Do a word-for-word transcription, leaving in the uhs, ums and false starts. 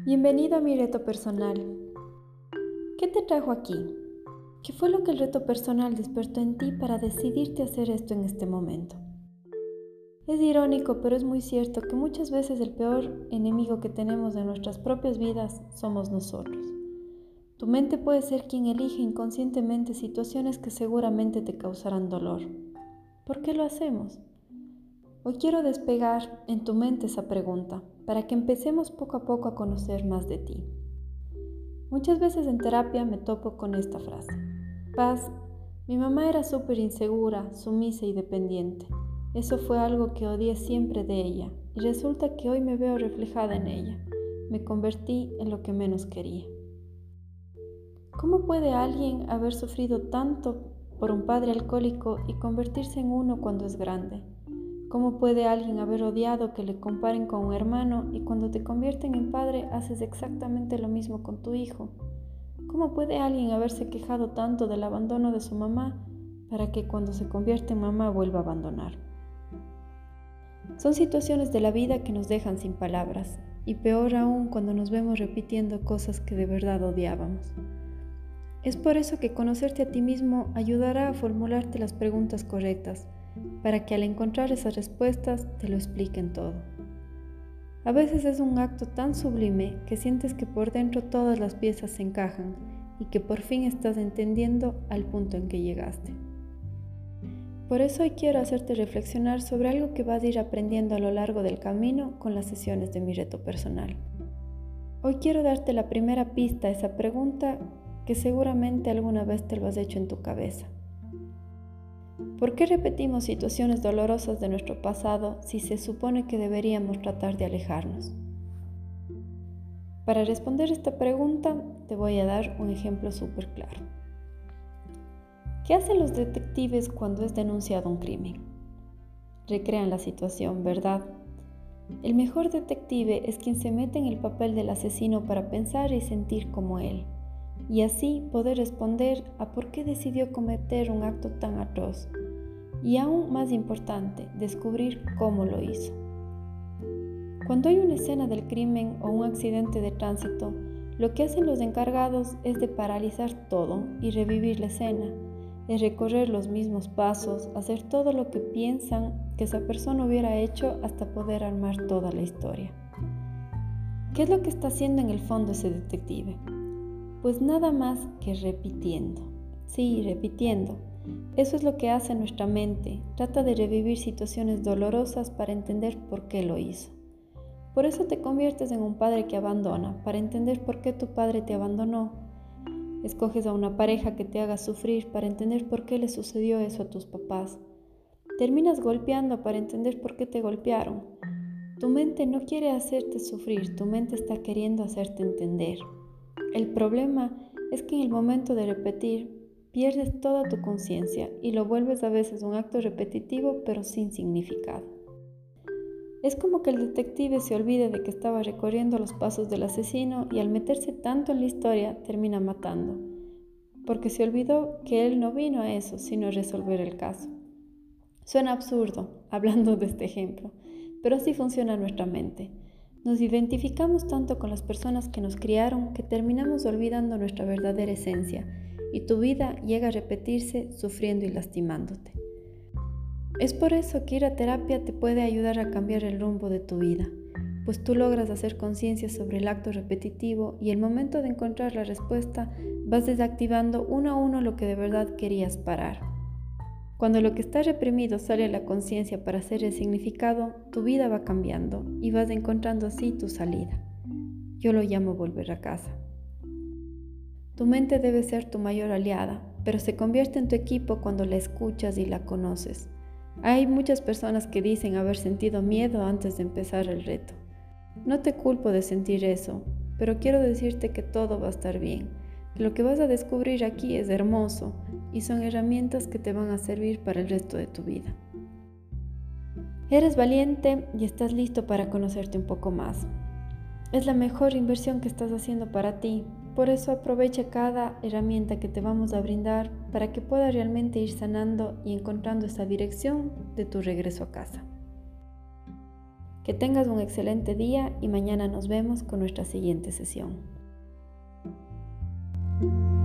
Bienvenido a mi reto personal. ¿Qué te trajo aquí? ¿Qué fue lo que el reto personal despertó en ti para decidirte hacer esto en este momento? Es irónico, pero es muy cierto que muchas veces el peor enemigo que tenemos en nuestras propias vidas somos nosotros. Tu mente puede ser quien elige inconscientemente situaciones que seguramente te causarán dolor. ¿Por qué lo hacemos? Hoy quiero despegar en tu mente esa pregunta para que empecemos poco a poco a conocer más de ti. Muchas veces en terapia me topo con esta frase: Paz, mi mamá era súper insegura, sumisa y dependiente. Eso fue algo que odié siempre de ella y resulta que hoy me veo reflejada en ella. Me convertí en lo que menos quería. ¿Cómo puede alguien haber sufrido tanto por un padre alcohólico y convertirse en uno cuando es grande? ¿Cómo puede alguien haber odiado que le comparen con un hermano y cuando te convierten en padre haces exactamente lo mismo con tu hijo? ¿Cómo puede alguien haberse quejado tanto del abandono de su mamá para que cuando se convierte en mamá vuelva a abandonar? Son situaciones de la vida que nos dejan sin palabras, y peor aún cuando nos vemos repitiendo cosas que de verdad odiábamos. Es por eso que conocerte a ti mismo ayudará a formularte las preguntas correctas, para que al encontrar esas respuestas te lo expliquen todo. A veces es un acto tan sublime que sientes que por dentro todas las piezas se encajan y que por fin estás entendiendo al punto en que llegaste. Por eso hoy quiero hacerte reflexionar sobre algo que vas a ir aprendiendo a lo largo del camino con las sesiones de mi reto personal. Hoy quiero darte la primera pista a esa pregunta que seguramente alguna vez te lo has hecho en tu cabeza. ¿Por qué repetimos situaciones dolorosas de nuestro pasado si se supone que deberíamos tratar de alejarnos? Para responder esta pregunta te voy a dar un ejemplo súper claro. ¿Qué hacen los detectives cuando es denunciado un crimen? Recrean la situación, ¿verdad? El mejor detective es quien se mete en el papel del asesino para pensar y sentir como él, y así poder responder a por qué decidió cometer un acto tan atroz, y aún más importante, descubrir cómo lo hizo. Cuando hay una escena del crimen o un accidente de tránsito, lo que hacen los encargados es de paralizar todo y revivir la escena, es recorrer los mismos pasos, hacer todo lo que piensan que esa persona hubiera hecho hasta poder armar toda la historia. ¿Qué es lo que está haciendo en el fondo ese detective? Pues nada más que repitiendo. Sí, repitiendo. Eso es lo que hace nuestra mente. Trata de revivir situaciones dolorosas para entender por qué lo hizo. Por eso te conviertes en un padre que abandona, para entender por qué tu padre te abandonó. Escoges a una pareja que te haga sufrir para entender por qué le sucedió eso a tus papás. Terminas golpeando para entender por qué te golpearon. Tu mente no quiere hacerte sufrir, tu mente está queriendo hacerte entender. El problema es que en el momento de repetir, pierdes toda tu conciencia y lo vuelves a veces un acto repetitivo pero sin significado. Es como que el detective se olvide de que estaba recorriendo los pasos del asesino y al meterse tanto en la historia termina matando, porque se olvidó que él no vino a eso sino a resolver el caso. Suena absurdo, hablando de este ejemplo, pero así funciona nuestra mente. Nos identificamos tanto con las personas que nos criaron que terminamos olvidando nuestra verdadera esencia y tu vida llega a repetirse sufriendo y lastimándote. Es por eso que ir a terapia te puede ayudar a cambiar el rumbo de tu vida, pues tú logras hacer conciencia sobre el acto repetitivo y el momento de encontrar la respuesta vas desactivando uno a uno lo que de verdad querías parar. Cuando lo que está reprimido sale a la conciencia para ser el significado, tu vida va cambiando y vas encontrando así tu salida. Yo lo llamo volver a casa. Tu mente debe ser tu mayor aliada, pero se convierte en tu equipo cuando la escuchas y la conoces. Hay muchas personas que dicen haber sentido miedo antes de empezar el reto. No te culpo de sentir eso, pero quiero decirte que todo va a estar bien, que lo que vas a descubrir aquí es hermoso y son herramientas que te van a servir para el resto de tu vida. Eres valiente y estás listo para conocerte un poco más. Es la mejor inversión que estás haciendo para ti, por eso aprovecha cada herramienta que te vamos a brindar para que puedas realmente ir sanando y encontrando esa dirección de tu regreso a casa. Que tengas un excelente día y mañana nos vemos con nuestra siguiente sesión.